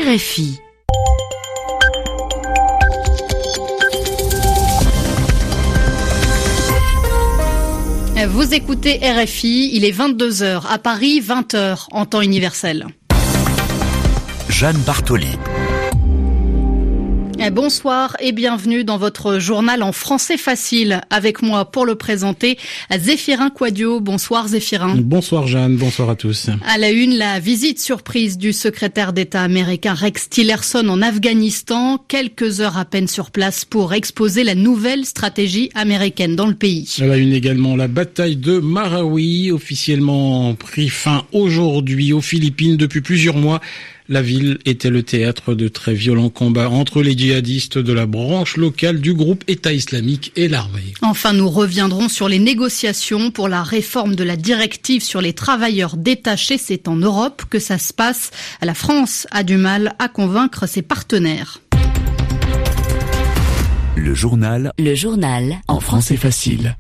RFI. Vous écoutez RFI, il est 22h, à Paris 20h en temps universel. Jeanne Bartoli. Bonsoir et bienvenue dans votre journal en français facile. Avec moi pour le présenter, Zéphirin Quadio. Bonsoir Zéphirin. Bonsoir Jeanne, bonsoir à tous. À la une, la visite surprise du secrétaire d'État américain Rex Tillerson en Afghanistan. Quelques heures à peine sur place pour exposer la nouvelle stratégie américaine dans le pays. À la une également, la bataille de Marawi, officiellement pris fin aujourd'hui aux Philippines depuis plusieurs mois. La ville était le théâtre de très violents combats entre les djihadistes de la branche locale du groupe État islamique et l'armée. Enfin, nous reviendrons sur les négociations pour la réforme de la directive sur les travailleurs détachés. C'est en Europe que ça se passe. La France a du mal à convaincre ses partenaires. Le journal en français facile.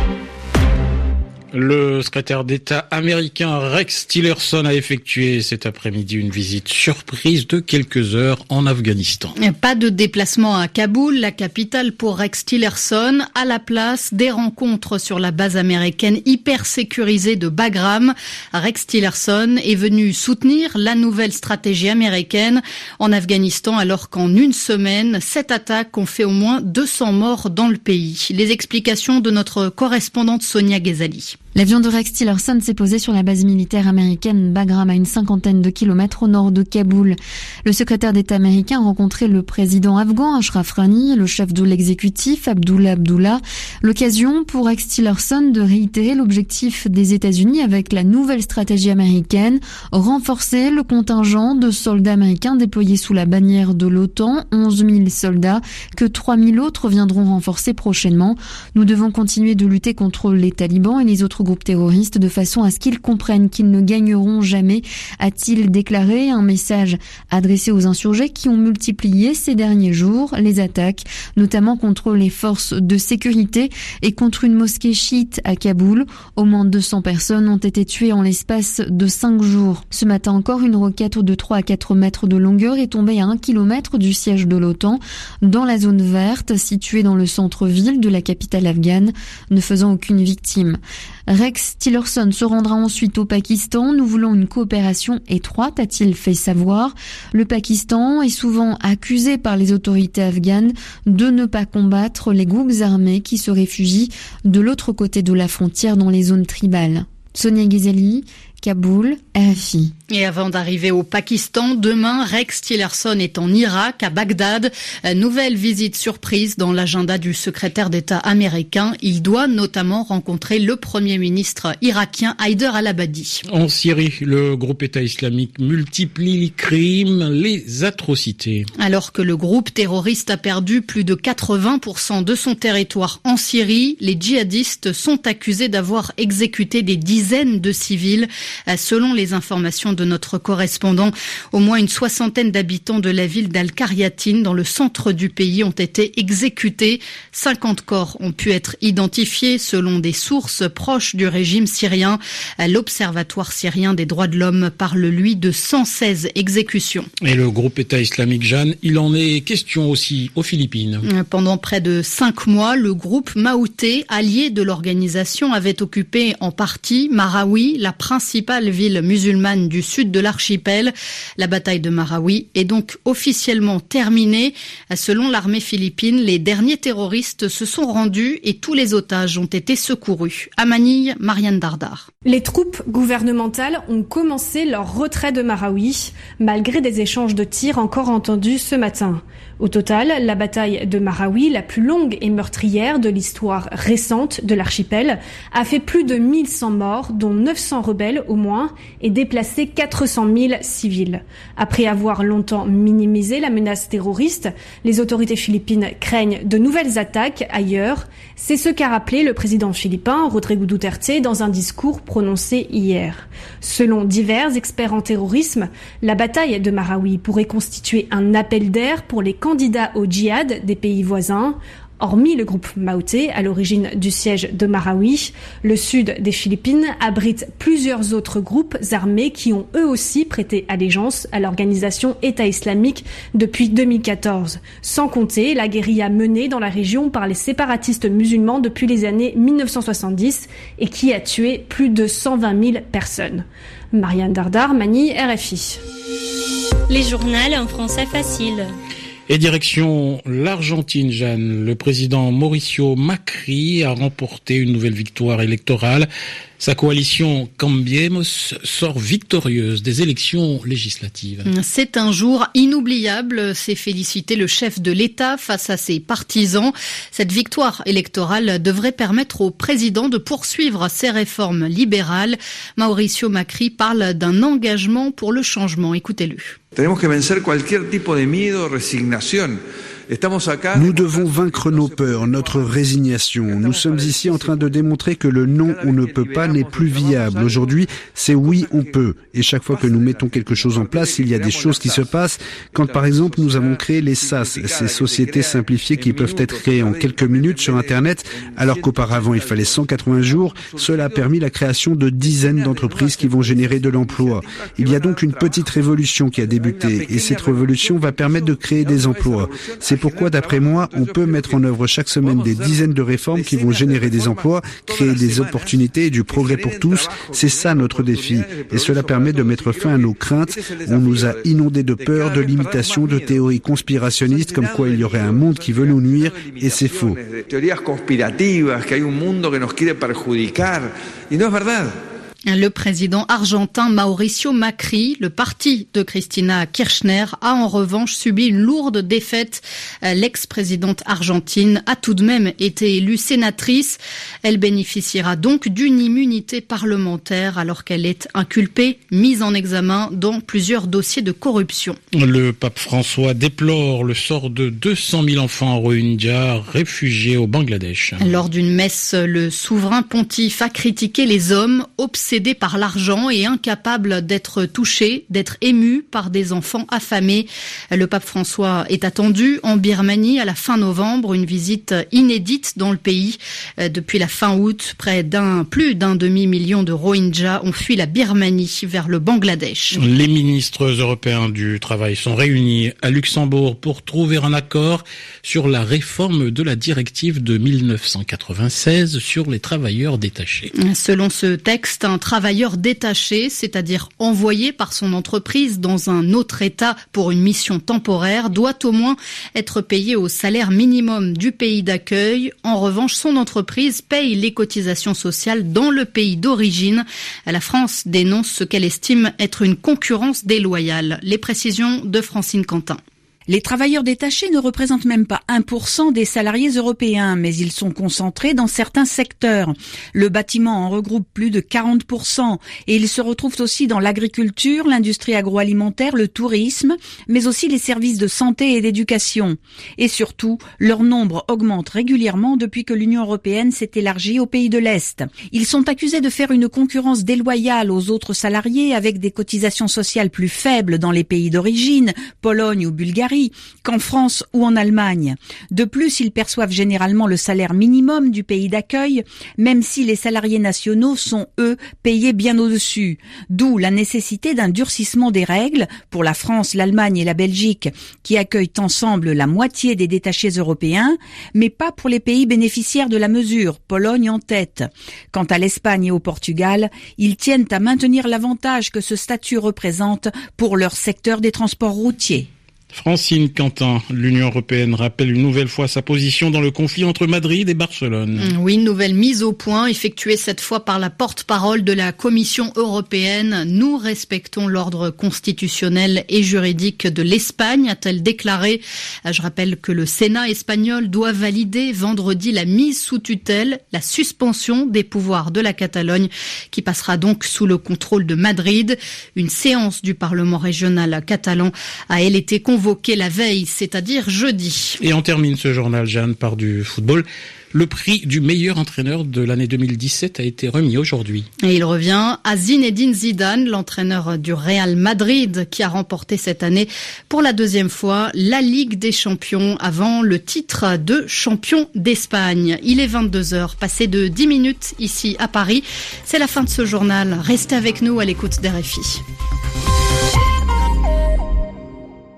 Le secrétaire d'État américain Rex Tillerson a effectué cet après-midi une visite surprise de quelques heures en Afghanistan. Pas de déplacement à Kaboul, la capitale pour Rex Tillerson. À la place, des rencontres sur la base américaine hyper sécurisée de Bagram. Rex Tillerson est venu soutenir la nouvelle stratégie américaine en Afghanistan alors qu'en une semaine, 7 attaques ont fait au moins 200 morts dans le pays. Les explications de notre correspondante Sonia Ghezali. L'avion de Rex Tillerson s'est posé sur la base militaire américaine Bagram à une cinquantaine de kilomètres au nord de Kaboul. Le secrétaire d'État américain a rencontré le président afghan Ashraf Ghani, le chef de l'exécutif Abdullah Abdullah. L'occasion pour Rex Tillerson de réitérer l'objectif des États-Unis avec la nouvelle stratégie américaine, renforcer le contingent de soldats américains déployés sous la bannière de l'OTAN, 11 000 soldats, que 3 000 autres viendront renforcer prochainement. Nous devons continuer de lutter contre les talibans et les autres groupes terroristes de façon à ce qu'ils comprennent qu'ils ne gagneront jamais, a-t-il déclaré. Un message adressé aux insurgés qui ont multiplié ces derniers jours les attaques, notamment contre les forces de sécurité et contre une mosquée chiite à Kaboul. Au moins 200 personnes ont été tuées en l'espace de 5 jours. Ce matin encore, une roquette de 3 à 4 mètres de longueur est tombée à 1 kilomètre du siège de l'OTAN dans la zone verte située dans le centre-ville de la capitale afghane, ne faisant aucune victime. Rex Tillerson se rendra ensuite au Pakistan. Nous voulons une coopération étroite, a-t-il fait savoir. Le Pakistan est souvent accusé par les autorités afghanes de ne pas combattre les groupes armés qui se réfugient de l'autre côté de la frontière dans les zones tribales. Sonia Ghezali, Kaboul, RFI. Et avant d'arriver au Pakistan, demain, Rex Tillerson est en Irak, à Bagdad. Nouvelle visite surprise dans l'agenda du secrétaire d'État américain. Il doit notamment rencontrer le Premier ministre irakien Haider al-Abadi. En Syrie, le groupe État islamique multiplie les crimes, les atrocités. Alors que le groupe terroriste a perdu plus de 80% de son territoire en Syrie, les djihadistes sont accusés d'avoir exécuté des dizaines de civils. Selon les informations de notre correspondant, au moins une soixantaine d'habitants de la ville d'Al-Qaryatine, dans le centre du pays, ont été exécutés. 50 corps ont pu être identifiés selon des sources proches du régime syrien. L'Observatoire syrien des droits de l'homme parle, lui, de 116 exécutions. Et le groupe État islamique, Jeanne, il en est question aussi aux Philippines. Pendant près de 5 mois, le groupe Maouté, allié de l'organisation, avait occupé en partie Marawi, la principale ville musulmane du sud de l'archipel. La bataille de Marawi est donc officiellement terminée. Selon l'armée philippine, les derniers terroristes se sont rendus et tous les otages ont été secourus. À Manille, Marianne Dardar. Les troupes gouvernementales ont commencé leur retrait de Marawi, malgré des échanges de tirs encore entendus ce matin. Au total, la bataille de Marawi, la plus longue et meurtrière de l'histoire récente de l'archipel, a fait plus de 1100 morts, dont 900 rebelles au moins, et déplacé 400 000 civils. Après avoir longtemps minimisé la menace terroriste, les autorités philippines craignent de nouvelles attaques ailleurs. C'est ce qu'a rappelé le président philippin, Rodrigo Duterte, dans un discours prononcé hier. Selon divers experts en terrorisme, la bataille de Marawi pourrait constituer un appel d'air pour les candidats au djihad des pays voisins. Hormis le groupe Maute, à l'origine du siège de Marawi, le sud des Philippines abrite plusieurs autres groupes armés qui ont eux aussi prêté allégeance à l'organisation État islamique depuis 2014. Sans compter la guérilla menée dans la région par les séparatistes musulmans depuis les années 1970 et qui a tué plus de 120 000 personnes. Marianne Dardar, Manille, RFI. Les journaux en français facile. Et direction l'Argentine, Jeanne. Le président Mauricio Macri a remporté une nouvelle victoire électorale. Sa coalition Cambiemos sort victorieuse des élections législatives. C'est un jour inoubliable, s'est félicité le chef de l'État face à ses partisans. Cette victoire électorale devrait permettre au président de poursuivre ses réformes libérales. Mauricio Macri parle d'un engagement pour le changement. Écoutez-le. Tenemos que vencer cualquier tipo de miedo, resignación. Nous devons vaincre nos peurs, notre résignation. Nous sommes ici en train de démontrer que le non, on ne peut pas n'est plus viable. Aujourd'hui, c'est oui, on peut. Et chaque fois que nous mettons quelque chose en place, il y a des choses qui se passent. Quand par exemple, nous avons créé les SAS, ces sociétés simplifiées qui peuvent être créées en quelques minutes sur Internet, alors qu'auparavant il fallait 180 jours, cela a permis la création de dizaines d'entreprises qui vont générer de l'emploi. Il y a donc une petite révolution qui a débuté et cette révolution va permettre de créer des emplois. C'est pourquoi, d'après moi, on peut mettre en œuvre chaque semaine des dizaines de réformes qui vont générer des emplois, créer des opportunités et du progrès pour tous. C'est ça notre défi. Et cela permet de mettre fin à nos craintes. On nous a inondés de peur, de limitations, de théories conspirationnistes comme quoi il y aurait un monde qui veut nous nuire, et c'est faux. Le président argentin Mauricio Macri, le parti de Cristina Kirchner, a en revanche subi une lourde défaite. L'ex-présidente argentine a tout de même été élue sénatrice. Elle bénéficiera donc d'une immunité parlementaire alors qu'elle est inculpée, mise en examen dans plusieurs dossiers de corruption. Le pape François déplore le sort de 200 000 enfants rohingyas réfugiés au Bangladesh. Lors d'une messe, le souverain pontife a critiqué les hommes obsédés par l'argent et incapables d'être touchés, d'être émus par des enfants affamés. Le pape François est attendu en Birmanie à la fin novembre, une visite inédite dans le pays. Depuis la fin août, plus d'un demi-million de Rohingyas ont fui la Birmanie vers le Bangladesh. Les ministres européens du travail sont réunis à Luxembourg pour trouver un accord sur la réforme de la directive de 1996 sur les travailleurs détachés. Selon ce texte, un travailleur détaché, c'est-à-dire envoyé par son entreprise dans un autre État pour une mission temporaire, doit au moins être payé au salaire minimum du pays d'accueil. En revanche, son entreprise paye les cotisations sociales dans le pays d'origine. La France dénonce ce qu'elle estime être une concurrence déloyale. Les précisions de Francine Quentin. Les travailleurs détachés ne représentent même pas 1% des salariés européens, mais ils sont concentrés dans certains secteurs. Le bâtiment en regroupe plus de 40% et ils se retrouvent aussi dans l'agriculture, l'industrie agroalimentaire, le tourisme, mais aussi les services de santé et d'éducation. Et surtout, leur nombre augmente régulièrement depuis que l'Union européenne s'est élargie aux pays de l'Est. Ils sont accusés de faire une concurrence déloyale aux autres salariés avec des cotisations sociales plus faibles dans les pays d'origine, Pologne ou Bulgarie, qu'en France ou en Allemagne. De plus, ils perçoivent généralement le salaire minimum du pays d'accueil, même si les salariés nationaux sont, eux, payés bien au-dessus. D'où la nécessité d'un durcissement des règles pour la France, l'Allemagne et la Belgique, qui accueillent ensemble la moitié des détachés européens, mais pas pour les pays bénéficiaires de la mesure, Pologne en tête. Quant à l'Espagne et au Portugal, ils tiennent à maintenir l'avantage que ce statut représente pour leur secteur des transports routiers. Francine Quentin, l'Union européenne rappelle une nouvelle fois sa position dans le conflit entre Madrid et Barcelone. Oui, une nouvelle mise au point effectuée cette fois par la porte-parole de la Commission européenne. Nous respectons l'ordre constitutionnel et juridique de l'Espagne, a-t-elle déclaré. Je rappelle que le Sénat espagnol doit valider vendredi la mise sous tutelle, la suspension des pouvoirs de la Catalogne, qui passera donc sous le contrôle de Madrid. Une séance du Parlement régional catalan a, elle, été convoquée convoqué la veille, c'est-à-dire jeudi. Et on termine ce journal, Jeanne, par du football. Le prix du meilleur entraîneur de l'année 2017 a été remis aujourd'hui. Et il revient à Zinedine Zidane, l'entraîneur du Real Madrid, qui a remporté cette année pour la deuxième fois la Ligue des Champions avant le titre de champion d'Espagne. Il est 22h, passé de 10 minutes ici à Paris. C'est la fin de ce journal. Restez avec nous à l'écoute d'RFI.